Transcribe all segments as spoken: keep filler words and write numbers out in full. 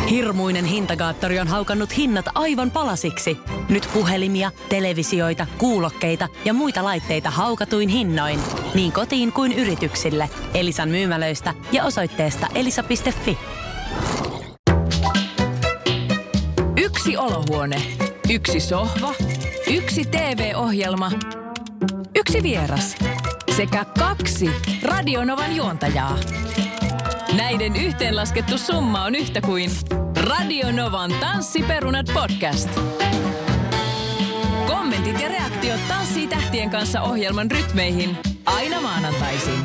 Hirmuinen hintakaattori on haukannut hinnat aivan palasiksi. Nyt puhelimia, televisioita, kuulokkeita ja muita laitteita haukatuin hinnoin. Niin kotiin kuin yrityksille. Elisan myymälöistä ja osoitteesta elisa piste fi. Yksi olohuone, yksi sohva, yksi T V-ohjelma, yksi vieras sekä kaksi Radionovan juontajaa. Näiden yhteenlaskettu summa on yhtä kuin Radionovan Tanssiperunat podcast. Kommentit ja reaktiot Tanssii tähtien kanssa -ohjelman rytmeihin aina maanantaisin.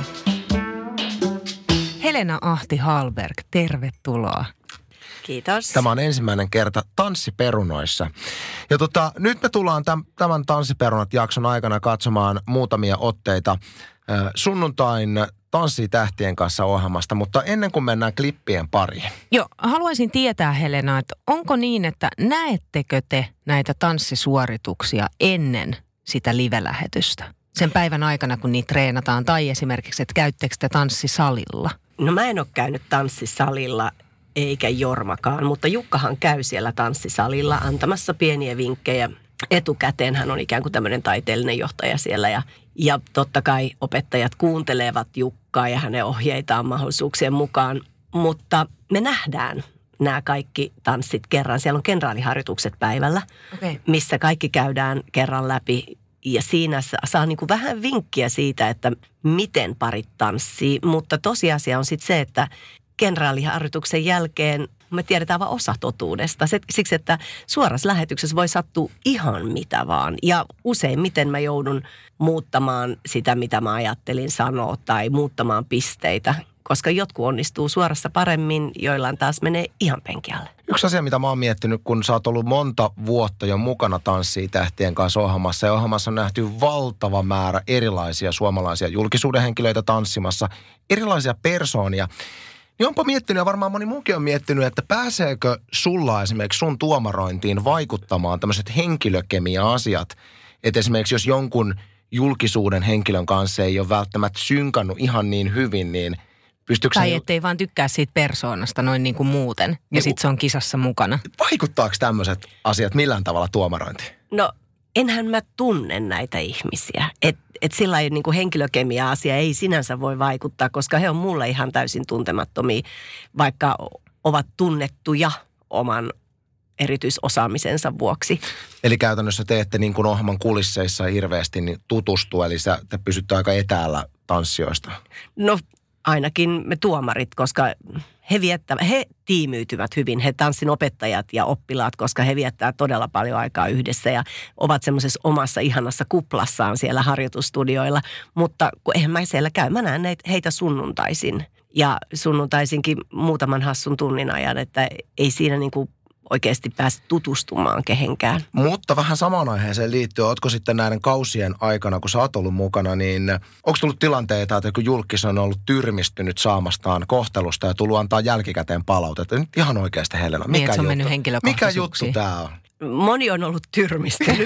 Helena Ahti-Hallberg, tervetuloa. Kiitos. Tämä on ensimmäinen kerta Tanssiperunoissa. Ja tota, nyt me tullaan tämän, tämän Tanssiperunat-jakson aikana katsomaan muutamia otteita äh, sunnuntain Tanssii tähtien kanssa -ohjelmasta, mutta ennen kuin mennään klippien pariin. Joo, haluaisin tietää, Helena, että onko niin, että näettekö te näitä tanssisuorituksia ennen sitä live-lähetystä? Sen päivän aikana, kun niitä treenataan, tai esimerkiksi, että käyttekö te tanssisalilla? No mä en ole käynyt tanssisalilla, eikä Jormakaan, mutta Jukkahan käy siellä tanssisalilla antamassa pieniä vinkkejä. Etukäteen hän on ikään kuin tämmöinen taiteellinen johtaja siellä ja, ja totta kai opettajat kuuntelevat Jukkaa ja hänen ohjeitaan mahdollisuuksien mukaan. Mutta me nähdään nämä kaikki tanssit kerran. Siellä on kenraaliharjoitukset päivällä, okay, missä kaikki käydään kerran läpi. Ja siinä saa niin kuin vähän vinkkiä siitä, että miten parit tanssii. Mutta tosiasia on sitten se, että kenraaliharjoituksen jälkeen me tiedetään vain osa totuudesta. Se, siksi, että suorassa lähetyksessä voi sattua ihan mitä vaan. Ja useimmiten mä joudun muuttamaan sitä, mitä mä ajattelin sanoa, tai muuttamaan pisteitä. Koska jotkut onnistuu suorassa paremmin, joillain taas menee ihan penkialle. Yksi asia, mitä mä oon miettinyt, kun sä oot ollut monta vuotta jo mukana Tanssii tähtien kanssa -ohjelmassa, ja ohjelmassa on nähty valtava määrä erilaisia suomalaisia julkisuuden henkilöitä tanssimassa, erilaisia persoonia. Niin onpa miettinyt, ja varmaan moni muukin on miettinyt, että pääseekö sulla esimerkiksi sun tuomarointiin vaikuttamaan tämmöiset henkilökemia-asiat, että esimerkiksi jos jonkun julkisuuden henkilön kanssa ei ole välttämättä synkannut ihan niin hyvin, niin pystyykö tai se... ettei vaan tykkää siitä persoonasta noin niin kuin muuten, ja niin, sitten se on kisassa mukana. Vaikuttaako tämmöiset asiat millään tavalla tuomarointiin? No, enhän mä tunne näitä ihmisiä. Että et sillä ei niin kuin henkilökemia-asia ei sinänsä voi vaikuttaa, koska he on mulle ihan täysin tuntemattomia, vaikka ovat tunnettuja oman erityisosaamisensa vuoksi. Eli käytännössä te ette niin kuin ohjelman kulisseissa hirveästi niin tutustu, eli sä, te pysytte aika etäällä tanssijoista. No ainakin me tuomarit, koska he, viettävät, he tiimiytyvät hyvin, he tanssin opettajat ja oppilaat, koska he viettää todella paljon aikaa yhdessä ja ovat semmoisessa omassa ihanassa kuplassaan siellä harjoitustudioilla. Mutta kun eihän mä siellä käy, mä näen heitä sunnuntaisin ja sunnuntaisinkin muutaman hassun tunnin ajan, että ei siinä niin kuin oikeasti pääse tutustumaan kehenkään. Mutta vähän samaan aiheeseen liittyen, ootko sitten näiden kausien aikana, kun sä oot ollut mukana, niin onko tullut tilanteita, että joku julkis on ollut tyrmistynyt saamastaan kohtelusta ja tullut antaa jälkikäteen palautetta? Nyt ihan oikeasti, Helena, mikä, niin, juttu, mikä juttu tää on? Moni on ollut tyrmistynyt.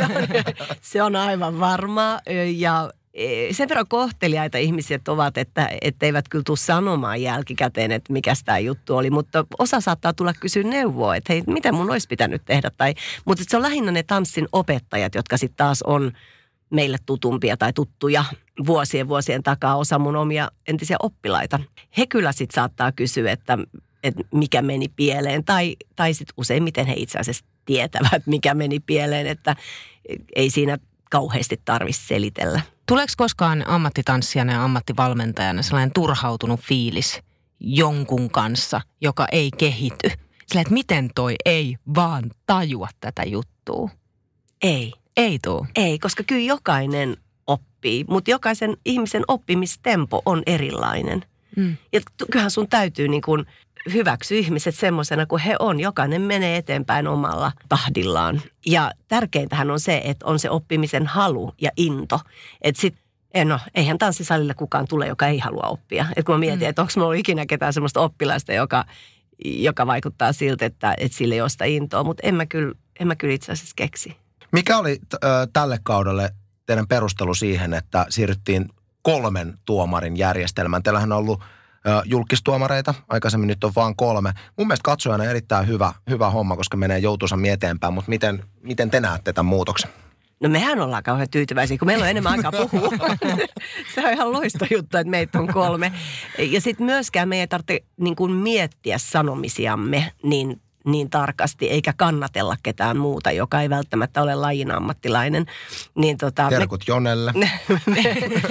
Se on aivan varmaa ja sen verran kohteliaita ihmiset ovat, että eivät kyllä tule sanomaan jälkikäteen, että mikä tämä juttu oli. Mutta osa saattaa tulla kysyä neuvoa, että hei, mitä mun olisi pitänyt tehdä. Tai, mutta se on lähinnä ne tanssin opettajat, jotka sitten taas on meille tutumpia tai tuttuja vuosien vuosien takaa, osa mun omia entisiä oppilaita. He kyllä sitten saattaa kysyä, että, että mikä meni pieleen. Tai, tai sitten useimmiten he itse asiassa tietävät, mikä meni pieleen, että ei siinä kauheasti tarvitse selitellä. Tuleeko koskaan ammattitanssijana ja ammattivalmentajana sellainen turhautunut fiilis jonkun kanssa, joka ei kehity? Sillä, että miten toi ei vaan tajua tätä juttua? Ei. Ei tuu? Ei, koska kyllä jokainen oppii, mutta jokaisen ihmisen oppimistempo on erilainen. Mm. Ja kyllähän sun täytyy niin kuin hyväksyä ihmiset semmoisena kuin he on. Jokainen menee eteenpäin omalla tahdillaan. Ja tärkeintähän on se, että on se oppimisen halu ja into. Että sit, no, eihän tanssisalille kukaan tule, joka ei halua oppia. Että kun mä mietin, mm. että onko mulla ikinä ketään semmoista oppilaista, joka, joka vaikuttaa siltä, että, että sille ei ole sitä intoa. Mutta en mä kyllä, en mä kyllä itse asiassa keksi. Mikä oli t- tälle kaudelle teidän perustelu siihen, että siirryttiin kolmen tuomarin järjestelmään? Teillähän on ollut julkistuomareita. Aikaisemmin nyt on vaan kolme. Mun mielestä katsojana erittäin hyvä, hyvä homma, koska menee joutuisammin eteenpäin. Mutta miten, miten te näette tämän muutoksen? No mehän ollaan kauhean tyytyväisiä, kun meillä on enemmän aikaa puhua. Se on ihan loista juttu, että meitä on kolme. Ja sitten myöskään me ei tarvitse niin kuin miettiä sanomisiamme niin, niin tarkasti, eikä kannatella ketään muuta, joka ei välttämättä ole lajin ammattilainen. Niin tota, Terkut me, Jonelle. Me, me,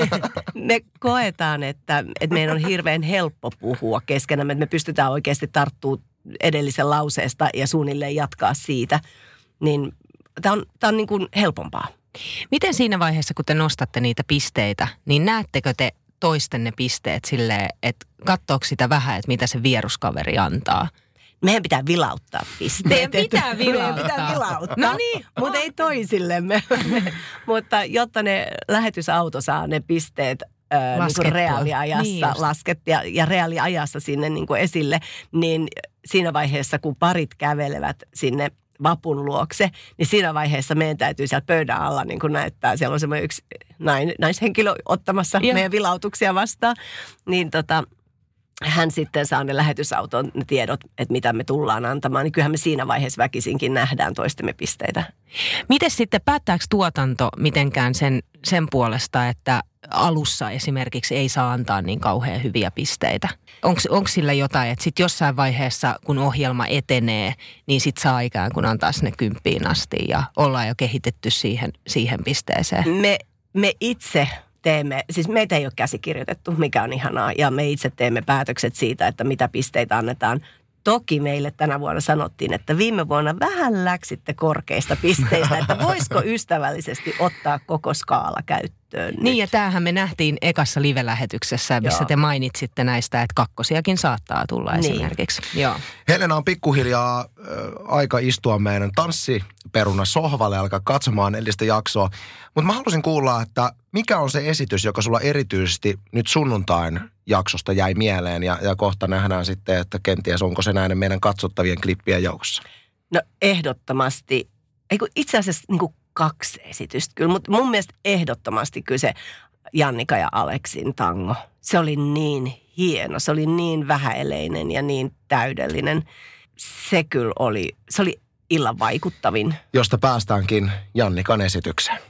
me koetaan, että, että meidän on hirveän helppo puhua keskenämme, että me pystytään oikeasti tarttumaan edellisen lauseesta ja suunnilleen jatkaa siitä. Niin Tämä on, tämä on niin kuin helpompaa. Miten siinä vaiheessa, kun te nostatte niitä pisteitä, niin näettekö te toistenne pisteet silleen, että katsoako sitä vähän, että mitä se vieruskaveri antaa? Meidän pitää vilauttaa pisteet. Meidän pitää vilauttaa. Meidän pitää vilauttaa. No niin. Mutta ei toisillemme. Mutta jotta ne lähetysauto saa ne pisteet ää, niin kuin reaaliajassa niin laskettua ja, ja reaaliajassa sinne niin kuin esille, niin siinä vaiheessa, kun parit kävelevät sinne vapun luokse, niin siinä vaiheessa meidän täytyy siellä pöydän alla niin kuin näyttää, siellä on semmoinen yksi nain, naishenkilö ottamassa ja meidän vilautuksia vastaan, niin tota, hän sitten saa ne lähetysauton ne tiedot, että mitä me tullaan antamaan, niin kyllähän me siinä vaiheessa väkisinkin nähdään toistemme pisteitä. Miten sitten, päättääkö tuotanto mitenkään sen, sen puolesta, että alussa esimerkiksi ei saa antaa niin kauhean hyviä pisteitä? Onko sillä jotain, että sitten jossain vaiheessa, kun ohjelma etenee, niin sitten saa ikään kuin antaa sinne kymppiin asti ja ollaan jo kehitetty siihen, siihen pisteeseen? Me, me itse teemme, siis meitä ei ole käsikirjoitettu, mikä on ihanaa, ja me itse teemme päätökset siitä, että mitä pisteitä annetaan. Toki meille tänä vuonna sanottiin, että viime vuonna vähän läksitte korkeista pisteistä, että voisiko ystävällisesti ottaa koko skaala käyttöön nyt. Niin ja tämähän me nähtiin ekassa live-lähetyksessä, missä Joo. te mainitsitte näistä, että kakkosiakin saattaa tulla niin. esimerkiksi. Joo. Helena, on pikkuhiljaa äh, aika istua meidän tanssiperuna sohvalle ja alkaa katsomaan edellistä jaksoa. Mutta mä halusin kuulla, että mikä on se esitys, joka sulla erityisesti nyt sunnuntain jaksosta jäi mieleen ja, ja kohta nähdään sitten, että kenties onko se näiden meidän katsottavien klippien joukossa? No ehdottomasti, eiku itse asiassa niin kuin kaksi esitystä kyllä, mutta mun mielestä ehdottomasti kyllä se Jannika ja Aleksin tango. Se oli niin hieno, se oli niin vähäeleinen ja niin täydellinen. Se kyllä oli, se oli illan vaikuttavin. Josta päästäänkin Jannikan esitykseen.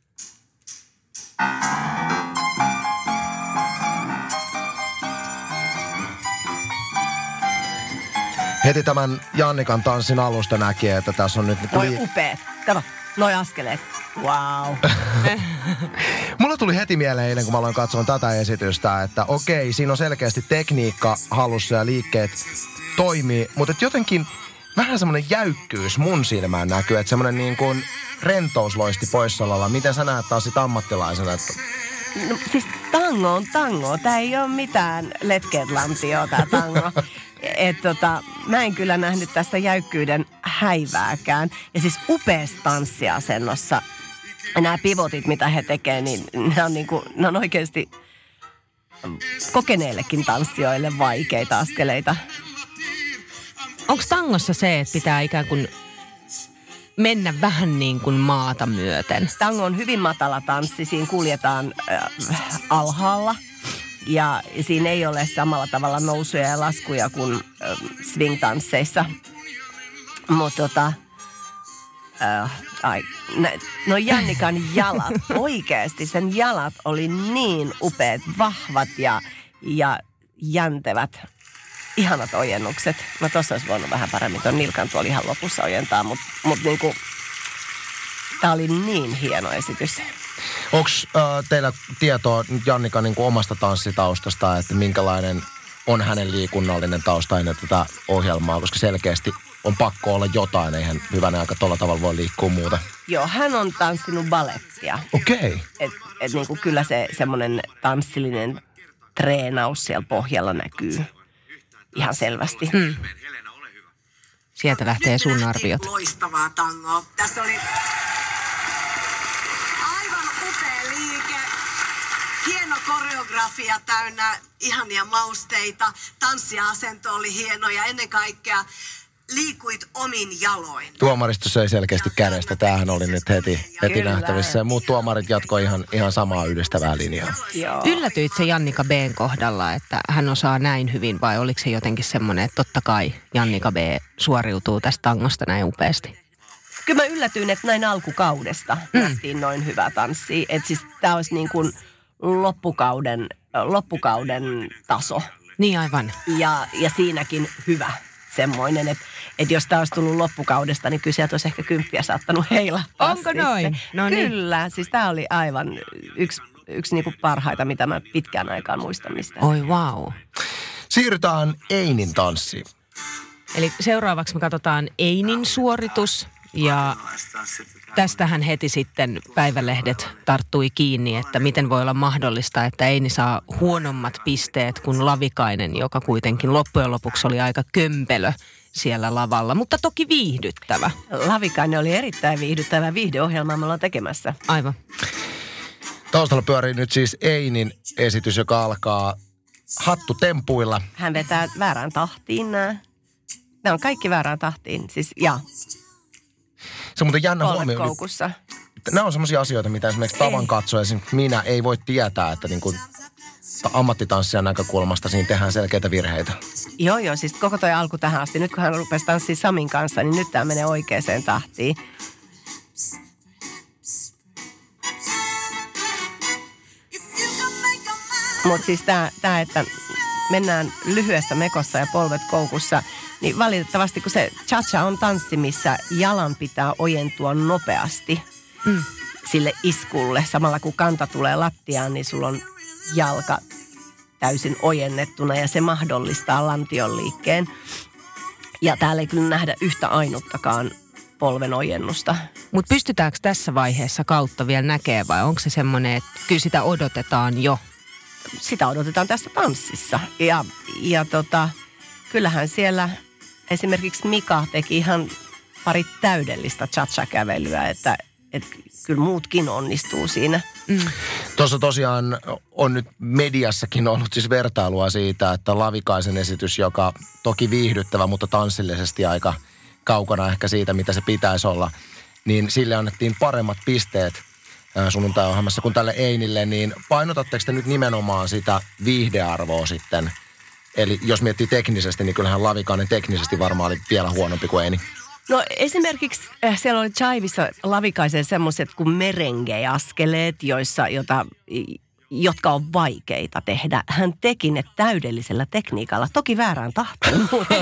Heti tämän Jannikan tanssin alusta näkee, että tässä on nyt... Noi li- upeat. Kato, noi askeleet. Wow. Mulla tuli heti mieleen eilen, kun mä aloin katsoa tätä esitystä, että okei, siinä on selkeästi tekniikka hallussa ja liikkeet toimii, mutta jotenkin vähän semmoinen jäykkyys mun silmään näkyy, että semmoinen niin kuin rentous loisti poissaololla. Miten sä näet taas sit ammattilaisena? Että... No, siis tango on tango. Tää ei ole mitään letkeetlantioa tää tango. Et tota, mä en kyllä nähnyt tässä jäykkyyden häivääkään. Ja siis upeassa tanssiasennossa nämä pivotit, mitä he tekee, niin ne on, niinku, ne on oikeasti kokeneillekin tanssijoille vaikeita askeleita. Onko tangossa se, että pitää ikään kuin mennä vähän niin kuin maata myöten? Tango on hyvin matala tanssi. Siinä kuljetaan äh, alhaalla. Ja siinä ei ole samalla tavalla nousuja ja laskuja kuin äh, swing-tansseissa. Mutta tota, äh, ai, ne, no Jannikan jalat, oikeasti sen jalat oli niin upeat, vahvat ja, ja jäntevät. Ihanat ojennukset. No tossa olisi voinut vähän paremmin tuon nilkan tuolla ihan lopussa ojentaa, mutta mut niinku, tää oli niin hieno esitys. Onko äh, teillä tietoa Jannikan niin kuin omasta tanssitaustasta, että minkälainen on hänen liikunnallinen tausta ennen tätä ohjelmaa, koska selkeästi on pakko olla jotain, eihän hyvänä aika tolla tavalla voi liikkua muuta. Joo, hän on tanssinut balettia. Okei. Okay. Että et niinku kyllä se semmoinen tanssillinen treenaus siellä pohjalla näkyy ihan selvästi. Hmm. Sieltä lähtee sun arviot. Loistavaa tangoa. Tässä oli aivan upea liike. Hieno koreografia täynnä ihania mausteita. Tanssiasento oli hieno ja ennen kaikkea liikuit omin jaloin. Tuomaristo söi selkeästi kädestä. Tämähän oli nyt heti, heti nähtävissä. Ja muut tuomarit jatkoi ihan, ihan samaa yhdistävää linjaa. Joo. Yllätyit se Jannika B:n kohdalla, että hän osaa näin hyvin, vai oliko se jotenkin semmoinen, että totta kai Jannika B suoriutuu tästä tangosta näin upeasti? Kyllä mä yllätyin, että näin alkukaudesta mm. nähtiin noin hyvä tanssi. Että siis tää olisi niin kuin loppukauden, loppukauden taso. Niin aivan. Ja, ja siinäkin hyvä semmoinen, että, että jos tämä olisi tullut loppukaudesta, niin kyllä sieltä olisi ehkä kymppiä saattanut heilahtaa. Onko sitten. Noin? No niin. Kyllä, siis tämä oli aivan yksi, yksi niinku parhaita, mitä mä pitkään aikaan muistan mistä. Oi vau. Wow. Siirrytään Einin tanssiin. Eli seuraavaksi me katsotaan Einin suoritus. Ja tästähän heti sitten päivälehdet tarttui kiinni, että miten voi olla mahdollista, että Eini saa huonommat pisteet kuin Lavikainen, joka kuitenkin loppujen lopuksi oli aika kömpelö siellä lavalla, mutta toki viihdyttävä. Lavikainen oli erittäin viihdyttävä viihdeohjelma, me ollaan tekemässä. Aivan. Taustalla pyörii nyt siis Einin esitys, joka alkaa hattutempuilla. Hän vetää väärään tahtiin nämä. Nämä on kaikki väärään tahtiin, siis ja... Se on muuten jännä huomio. Koukussa. Nämä on semmoisia asioita, mitä esimerkiksi tavan katsoja, minä ei voi tietää, että niin kuin ammattitanssijan näkökulmasta siinä tehdään selkeitä virheitä. Joo, joo, siis koko toi alku tähän asti. Nyt kun hän rupesi tanssimaan Samin kanssa, niin nyt tämä menee oikeaan tahtiin. Mutta siis tämä, että mennään lyhyessä mekossa ja polvet koukussa, niin valitettavasti kun se cha-cha on tanssi, missä jalan pitää ojentua nopeasti mm. sille iskulle. Samalla kun kanta tulee lattiaan, niin sulla on jalka täysin ojennettuna ja se mahdollistaa lantion liikkeen. Ja täällä ei kyllä nähdä yhtä ainuttakaan polven ojennusta. Mutta pystytäänkö tässä vaiheessa kautta vielä näkemään vai onko se semmoinen, että kyllä sitä odotetaan jo? Sitä odotetaan tässä tanssissa. Ja, ja tota, kyllähän siellä esimerkiksi Mika teki ihan pari täydellistä cha-cha-kävelyä, että, että kyllä muutkin onnistuu siinä. Mm. Tuossa tosiaan on nyt mediassakin ollut siis vertailua siitä, että Lavikaisen esitys, joka toki viihdyttävä, mutta tanssillisesti aika kaukana ehkä siitä, mitä se pitäisi olla, niin sille annettiin paremmat pisteet sunnuntai-ohjelmassa kuin tälle Einille, niin painotatteko te nyt nimenomaan sitä viihdearvoa sitten? Eli jos miettii teknisesti, niin kyllähän Lavikainen teknisesti varmaan oli vielä huonompi kuin Eini. No esimerkiksi äh, siellä oli Chivissa Lavikaisen semmoiset kuin merengue-askeleet, joissa, jota, jotka on vaikeita tehdä. Hän teki ne täydellisellä tekniikalla, toki väärään tahtiin, mutta,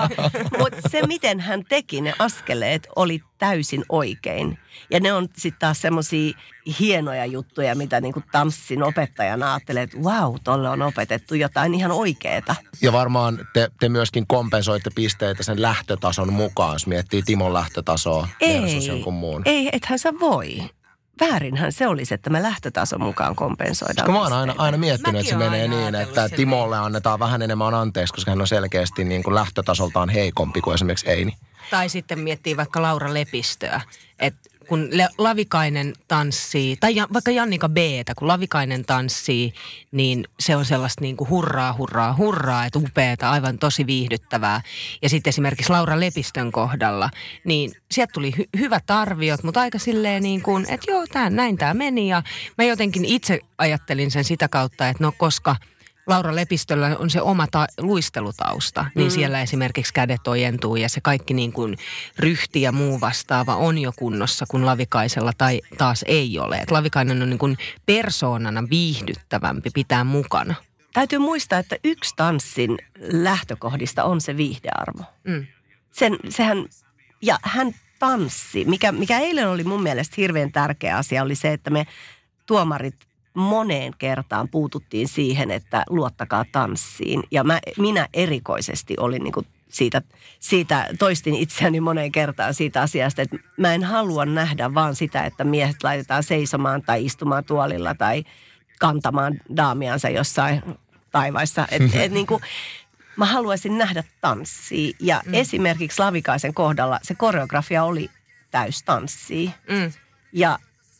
mutta se miten hän teki ne askeleet oli täysin oikein. Ja ne on sitten taas semmoisia hienoja juttuja, mitä niinku tanssin opettajana ajattelee, että vau, wow, tolle on opetettu jotain ihan oikeeta. Ja varmaan te, te myöskin kompensoitte pisteitä sen lähtötason mukaan, jos miettii Timon lähtötasoa versus jonkun muun. Ei, ethän sä voi. Väärinhän se olisi, että me lähtötason mukaan kompensoidaan. Mä oon aina, aina miettinyt, Mäkin että se menee niin, että Timolle niin. annetaan vähän enemmän anteeksi, koska hän on selkeästi niin kuin lähtötasoltaan heikompi kuin esimerkiksi Eini. Tai sitten miettii vaikka Laura Lepistöä, että kun Lavikainen tanssii, tai vaikka Jannika B:tä, kun Lavikainen tanssii, niin se on sellaista niin kuin hurraa, hurraa, hurraa, että upeata, aivan tosi viihdyttävää. Ja sitten esimerkiksi Laura Lepistön kohdalla, niin sieltä tuli hy- hyvät arviot, mutta aika silleen niin kuin, että joo, tää, näin tämä meni. Ja mä jotenkin itse ajattelin sen sitä kautta, että no koska Laura Lepistöllä on se oma ta- luistelutausta, niin mm. siellä esimerkiksi kädet ojentuu ja se kaikki niin kuin ryhti ja muu vastaava on jo kunnossa, kun Lavikaisella tai taas ei ole. Et Lavikainen on niin kuin persoonana viihdyttävämpi pitää mukana. Täytyy muistaa, että yksi tanssin lähtökohdista on se viihdearvo. Mm. Sen, sehän, ja hän tanssi, mikä, mikä eilen oli mun mielestä hirveän tärkeä asia, oli se, että me tuomarit moneen kertaan puututtiin siihen, että luottakaa tanssiin. Ja mä, minä erikoisesti olin niin kuin siitä, siitä, toistin itseäni moneen kertaan siitä asiasta, että mä en halua nähdä vaan sitä, että miehet laitetaan seisomaan tai istumaan tuolilla tai kantamaan daamiansa jossain taivaissa. Et, et niin kuin, mä haluaisin nähdä tanssia. Ja mm. esimerkiksi Lavikaisen kohdalla se koreografia oli täystanssia. Mm. Ja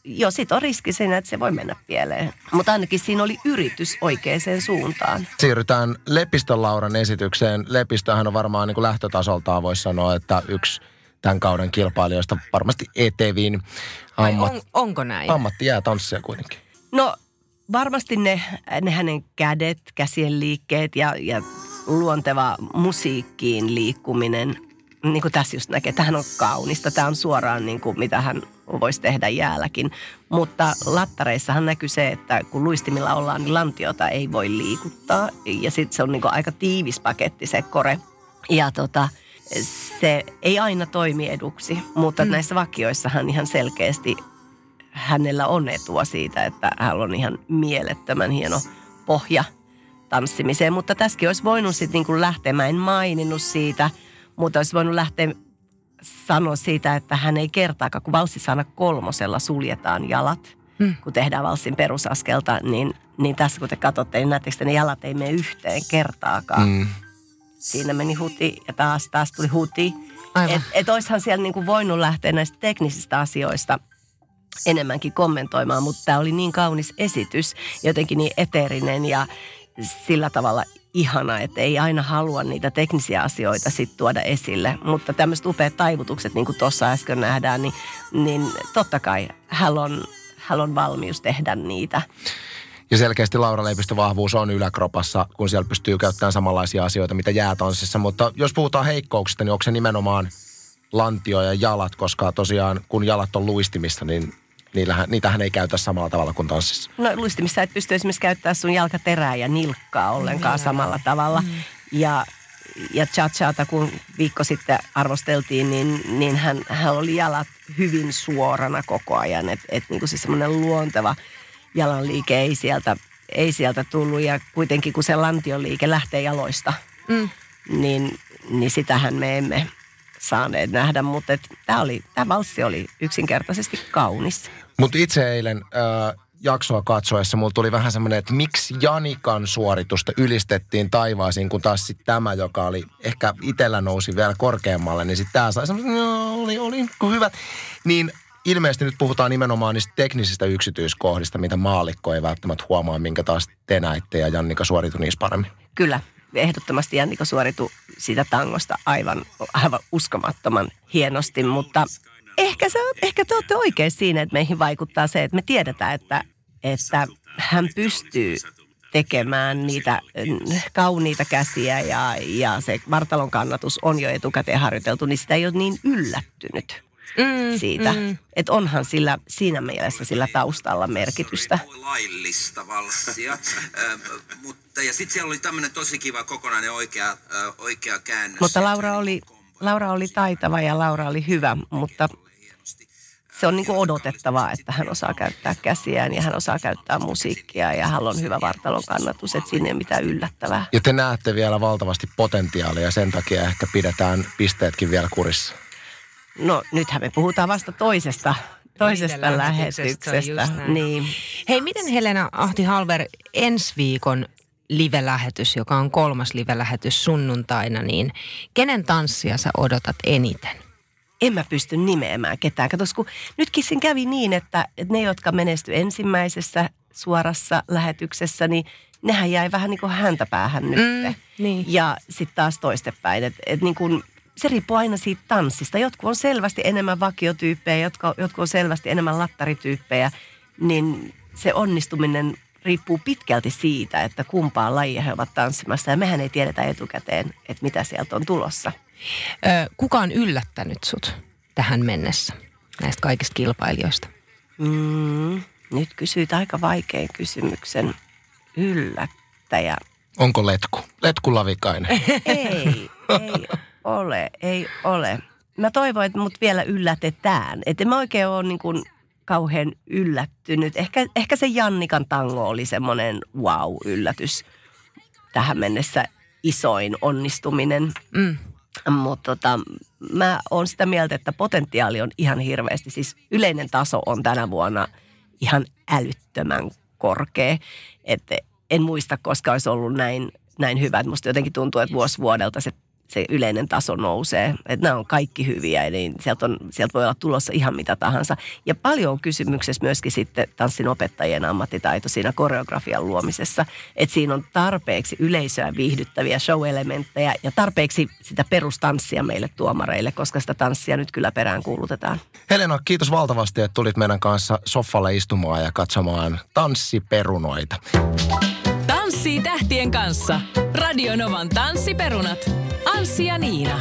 joo, sit on riski siinä, että se voi mennä pieleen. Mutta ainakin siinä oli yritys oikeaan suuntaan. Siirrytään Lepistön Lauran esitykseen. Lepistöhän on varmaan niin kuin lähtötasoltaan voisi sanoa, että yksi tämän kauden kilpailijoista varmasti etevin. Ammat, on, onko näin? Ammatti jää tanssia kuitenkin. No varmasti ne, ne hänen kädet, käsien liikkeet ja, ja luonteva musiikkiin liikkuminen, niin kuin tässä just näkee, että hän on kaunista. Tämä on suoraan niin kuin mitä hän voisi tehdä jäälläkin. Mutta lattareissahan näkyy se, että kun luistimilla ollaan, niin lantiota ei voi liikuttaa. Ja sitten se on niin kuin aika tiivis paketti se kore. Ja tota, se ei aina toimi eduksi, mutta mm. näissä vakioissahan ihan selkeästi hänellä on etua siitä, että hän on ihan mielettömän hieno pohja tanssimiseen. Mutta tässäkin olisi voinut sitten niin kuin lähteä, mä en maininnut siitä, mutta olisi voinut lähteä sanoa siitä, että hän ei kertaakaan, kun valssisana kolmosella suljetaan jalat, mm. kun tehdään valssin perusaskelta, niin, niin tässä kun te katsotte, niin näettekö, ne jalat ei mene yhteen kertaakaan. Mm. Siinä meni huti ja taas, taas tuli huti. Että et oishan siellä niin kuin voinut lähteä näistä teknisistä asioista enemmänkin kommentoimaan, mutta tämä oli niin kaunis esitys, jotenkin niin eteerinen ja sillä tavalla ihana, että ei aina halua niitä teknisiä asioita sitten tuoda esille. Mutta tämmöiset upeat taivutukset, niin kuin tuossa äsken nähdään, niin, niin totta kai hän on, hän on valmius tehdä niitä. Ja selkeästi Laura Lepistön vahvuus on yläkropassa, kun siellä pystyy käyttämään samanlaisia asioita, mitä jäätanssissa. Mutta jos puhutaan heikkouksista, niin onko se nimenomaan lantio ja jalat, koska tosiaan kun jalat on luistimissa, niin niillähän, niitähän ei käytä samalla tavalla kuin tanssissa. No luistimissa et pysty esimerkiksi käyttämään sun jalkaterää ja nilkkaa ollenkaan samalla tavalla. Mm. Ja, ja cha-chata, kun viikko sitten arvosteltiin, niin, niin hän, hän oli jalat hyvin suorana koko ajan. Että et niin kuin siis semmoinen luonteva jalanliike ei sieltä, ei sieltä tullut. Ja kuitenkin kun se lantioliike lähtee jaloista, mm. niin, niin sitähän me emme saaneet nähdä. Mutta tämä valssi oli yksinkertaisesti kaunis. Mutta itse eilen äh, jaksoa katsoessa mulla tuli vähän semmoinen, että miksi Janikan suoritusta ylistettiin taivaasiin, kun taas sitten tämä, joka oli ehkä itsellä nousi vielä korkeammalle, niin sitten tämä sai semmoinen, no, oli, oli hyvä. Niin ilmeisesti nyt puhutaan nimenomaan niistä teknisistä yksityiskohdista, mitä maallikko ei välttämättä huomaa, minkä taas te näitte ja Jannika suoritui niissä paremmin. Kyllä, ehdottomasti Jannika suoritui siitä tangosta aivan, aivan uskomattoman hienosti, mutta ehkä, se, ehkä te olette oikein siinä, että meihin vaikuttaa se, että me tiedetään, että, että hän pystyy tekemään niitä kauniita käsiä ja, ja se vartalon kannatus on jo etukäteen harjoiteltu, niin sitä ei ole niin yllättynyt mm, siitä. Mm. Että onhan sillä, siinä mielessä sillä taustalla merkitystä. Laillista valssia, mutta ja sitten siellä oli tämmöinen tosi kiva kokonainen oikea, oikea käännös. Mutta Laura oli, Laura oli taitava ja Laura oli hyvä, mutta se on niin kuin odotettavaa, että hän osaa käyttää käsiään ja hän osaa käyttää musiikkia ja hän on hyvä vartalon kannatus, että siinä ei ole mitään yllättävää. Ja te näette vielä valtavasti potentiaalia ja sen takia ehkä pidetään pisteetkin vielä kurissa. No nythän me puhutaan vasta toisesta, toisesta lähetyksestä. Niin. Hei, miten Helena Ahti-Hallberg ensi viikon live-lähetys, joka on kolmas live-lähetys sunnuntaina, niin kenen tanssia sä odotat eniten? En mä pysty nimeämään ketään. Katos, kun nytkin siinä kävi niin, että ne, jotka menesty ensimmäisessä suorassa lähetyksessä, niin nehän jäi vähän niin kuin häntäpäähän nyt. Mm, niin. Ja sitten taas toistepäin. Että et niin kuin se riippuu aina siitä tanssista. Jotkut on selvästi enemmän vakiotyyppejä, jotka, jotkut on selvästi enemmän lattarityyppejä. Niin se onnistuminen riippuu pitkälti siitä, että kumpaa lajia he ovat tanssimassa. Ja mehän ei tiedetä etukäteen, että mitä sieltä on tulossa. Ö, kuka on yllättänyt sut tähän mennessä näistä kaikista kilpailijoista? Mm, nyt kysyit aika vaikean kysymyksen. Yllättäjä. Onko letku? Letku Lavikainen? Ei, ei ole, ei ole. Mä toivon, että mut vielä yllätetään. Että mä oikein ole niin kuin kauhean yllättynyt. Ehkä, ehkä se Jannikan tango oli semmoinen wow-yllätys. Tähän mennessä isoin onnistuminen. Mm. Mutta tota, mä oon sitä mieltä, että potentiaali on ihan hirveästi. Siis yleinen taso on tänä vuonna ihan älyttömän korkea. Että en muista, koska olisi ollut näin, näin hyvä. Et musta jotenkin tuntuu, että vuosi vuodelta se se yleinen taso nousee. Että nämä on kaikki hyviä, niin sieltä, on, sieltä voi olla tulossa ihan mitä tahansa. Ja paljon on kysymyksessä myöskin sitten tanssin opettajien ammattitaito siinä koreografian luomisessa. Että siinä on tarpeeksi yleisöä viihdyttäviä show-elementtejä ja tarpeeksi sitä perustanssia meille tuomareille, koska sitä tanssia nyt kyllä perään kuulutetaan. Helena, kiitos valtavasti, että tulit meidän kanssa soffalle istumaan ja katsomaan tanssiperunoita. Tanssii tähtien kanssa. Radio Novan tanssiperunat. Anssi ja Niina.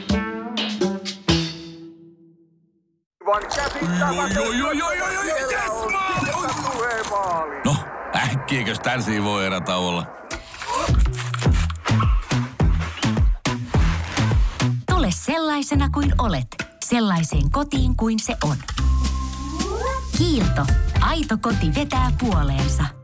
No, äkkiäkös tän voi erätä olla? Tule sellaisena kuin olet, sellaiseen kotiin kuin se on. Kiilto. Aito koti vetää puoleensa.